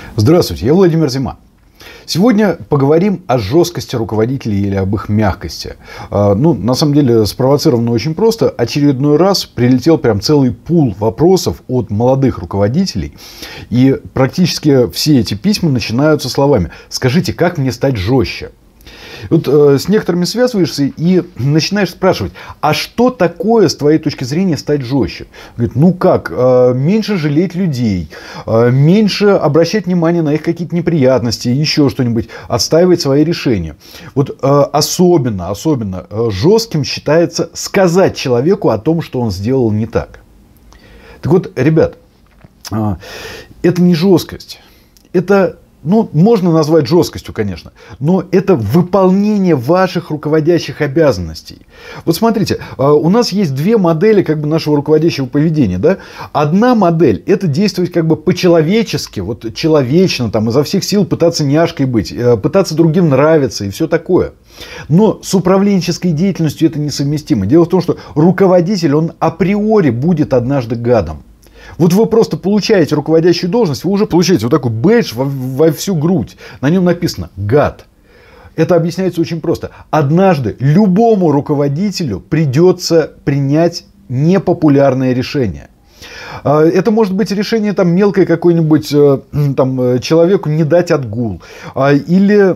Здравствуйте, я Владимир Зима. Сегодня поговорим о жесткости руководителей или об их мягкости. На самом деле, спровоцировано очень просто. Очередной раз прилетел прям целый пул вопросов от молодых руководителей. И практически все эти письма начинаются словами: «Скажите, как мне стать жестче?» Вот с некоторыми связываешься и начинаешь спрашивать: а что такое, с твоей точки зрения, стать жестче? Говорит, меньше жалеть людей, меньше обращать внимание на их какие-то неприятности, еще что-нибудь, отстаивать свои решения. Вот особенно жестким считается сказать человеку о том, что он сделал не так. Так вот, ребят, это не жесткость. Это... можно назвать жесткостью, конечно, но это выполнение ваших руководящих обязанностей. Вот смотрите, у нас есть две модели нашего руководящего поведения. Да? Одна модель – это действовать по-человечески, человечно, изо всех сил пытаться няшкой быть, пытаться другим нравиться и все такое. Но с управленческой деятельностью это несовместимо. Дело в том, что руководитель, он априори будет однажды гадом. Вот вы просто получаете руководящую должность, вы уже получаете вот такой бейдж во всю грудь. На нем написано «гад». Это объясняется очень просто. Однажды любому руководителю придется принять непопулярное решение. Это может быть решение мелкое какое-нибудь, человеку не дать отгул. Или...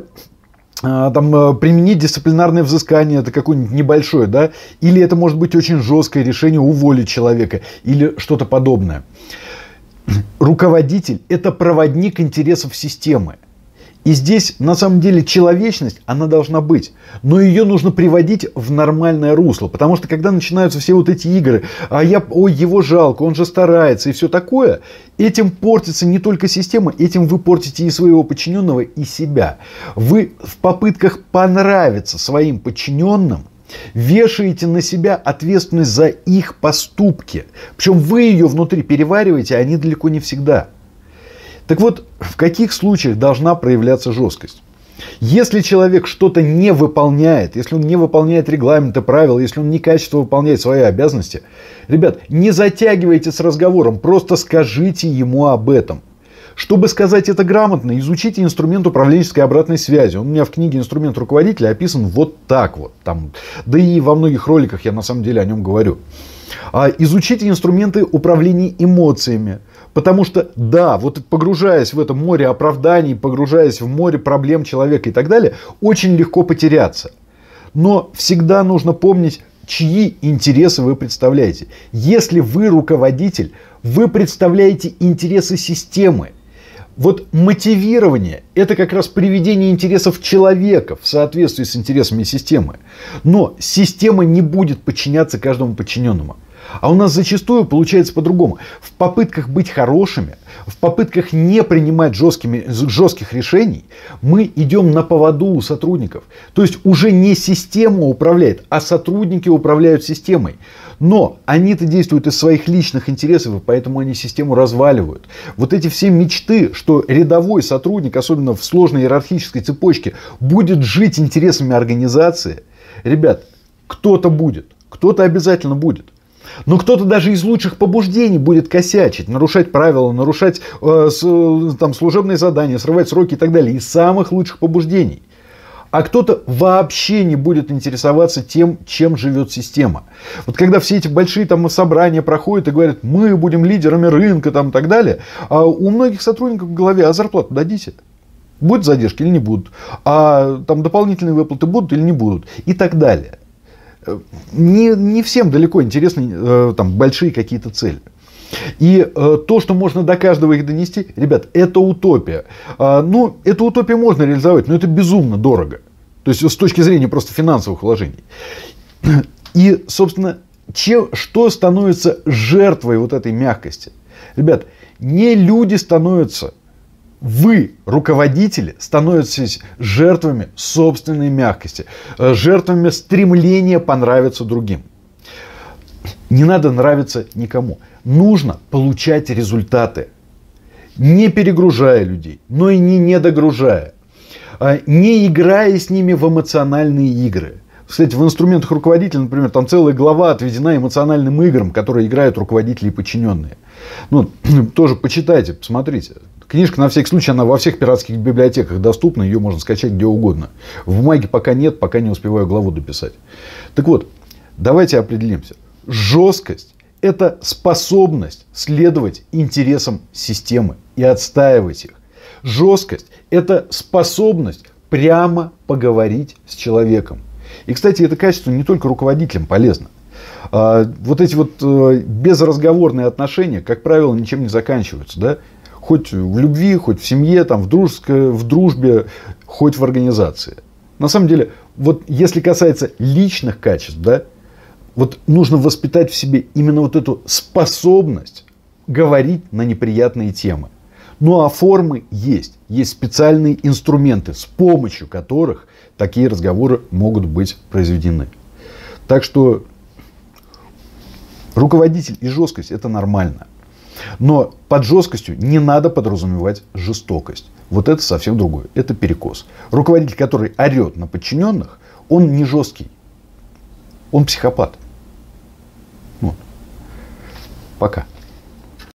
применить дисциплинарное взыскание, это какое-нибудь небольшое, да, или это может быть очень жесткое решение уволить человека, или что-то подобное. Руководитель – это проводник интересов системы. И здесь, на самом деле, человечность, она должна быть. Но ее нужно приводить в нормальное русло. Потому что, когда начинаются все вот эти игры, его жалко, он же старается и все такое, этим портится не только система, этим вы портите и своего подчиненного, и себя. Вы в попытках понравиться своим подчиненным вешаете на себя ответственность за их поступки. Причем вы ее внутри перевариваете, а они далеко не всегда. Так вот, в каких случаях должна проявляться жесткость? Если человек что-то не выполняет, если он не выполняет регламенты, правила, если он некачественно выполняет свои обязанности, ребят, не затягивайте с разговором, просто скажите ему об этом. Чтобы сказать это грамотно, изучите инструмент управленческой обратной связи. Он у меня в книге «Инструмент руководителя» описан вот так вот. Да и во многих роликах я на самом деле о нем говорю. Изучите инструменты управления эмоциями. Потому что, да, погружаясь в это море оправданий, погружаясь в море проблем человека и так далее, очень легко потеряться. Но всегда нужно помнить, чьи интересы вы представляете. Если вы руководитель, вы представляете интересы системы. Мотивирование – это как раз приведение интересов человека в соответствии с интересами системы. Но система не будет подчиняться каждому подчиненному. А у нас зачастую получается по-другому. В попытках быть хорошими, в попытках не принимать жестких решений, мы идем на поводу у сотрудников. То есть уже не система управляет, а сотрудники управляют системой. Но они-то действуют из своих личных интересов, и поэтому они систему разваливают. Эти все мечты, что рядовой сотрудник, особенно в сложной иерархической цепочке, будет жить интересами организации. Ребят, кто-то будет, кто-то обязательно будет. Но кто-то даже из лучших побуждений будет косячить, нарушать правила, нарушать служебные задания, срывать сроки и так далее. Из самых лучших побуждений. А кто-то вообще не будет интересоваться тем, чем живет система. Когда все эти большие собрания проходят и говорят, мы будем лидерами рынка и так далее, а у многих сотрудников в голове: а зарплату дадите? Будут задержки или не будут? А дополнительные выплаты будут или не будут? И так далее. Не всем далеко интересны большие какие-то цели. И то, что можно до каждого их донести, ребят, это утопия. Эту утопию можно реализовать, но это безумно дорого. То есть с точки зрения просто финансовых вложений. И, собственно, что становится жертвой этой мягкости? Ребят, не люди становятся. Вы, руководители, становитесь жертвами собственной мягкости, жертвами стремления понравиться другим. Не надо нравиться никому. Нужно получать результаты, не перегружая людей, но и не недогружая, не играя с ними в эмоциональные игры. Кстати, в инструментах руководителя, например, там целая глава отведена эмоциональным играм, которые играют руководители и подчиненные. Ну, тоже почитайте, посмотрите. Книжка, на всякий случай, она во всех пиратских библиотеках доступна. Ее можно скачать где угодно. В бумаге пока нет, пока не успеваю главу дописать. Так вот, давайте определимся. Жесткость – это способность следовать интересам системы и отстаивать их. Жесткость – это способность прямо поговорить с человеком. И, кстати, это качество не только руководителям полезно. Вот эти вот безразговорные отношения, как правило, ничем не заканчиваются. Да? Хоть в любви, хоть в семье, там, в дружбе, хоть в организации. На самом деле, вот если касается личных качеств, да, вот нужно воспитать в себе именно вот эту способность говорить на неприятные темы. Ну а формы есть. Есть специальные инструменты, с помощью которых такие разговоры могут быть произведены. Так что руководитель и жесткость – это нормально. Но под жесткостью не надо подразумевать жестокость. Вот это совсем другое. Это перекос. Руководитель, который орет на подчиненных, он не жесткий. Он психопат. Вот. Пока.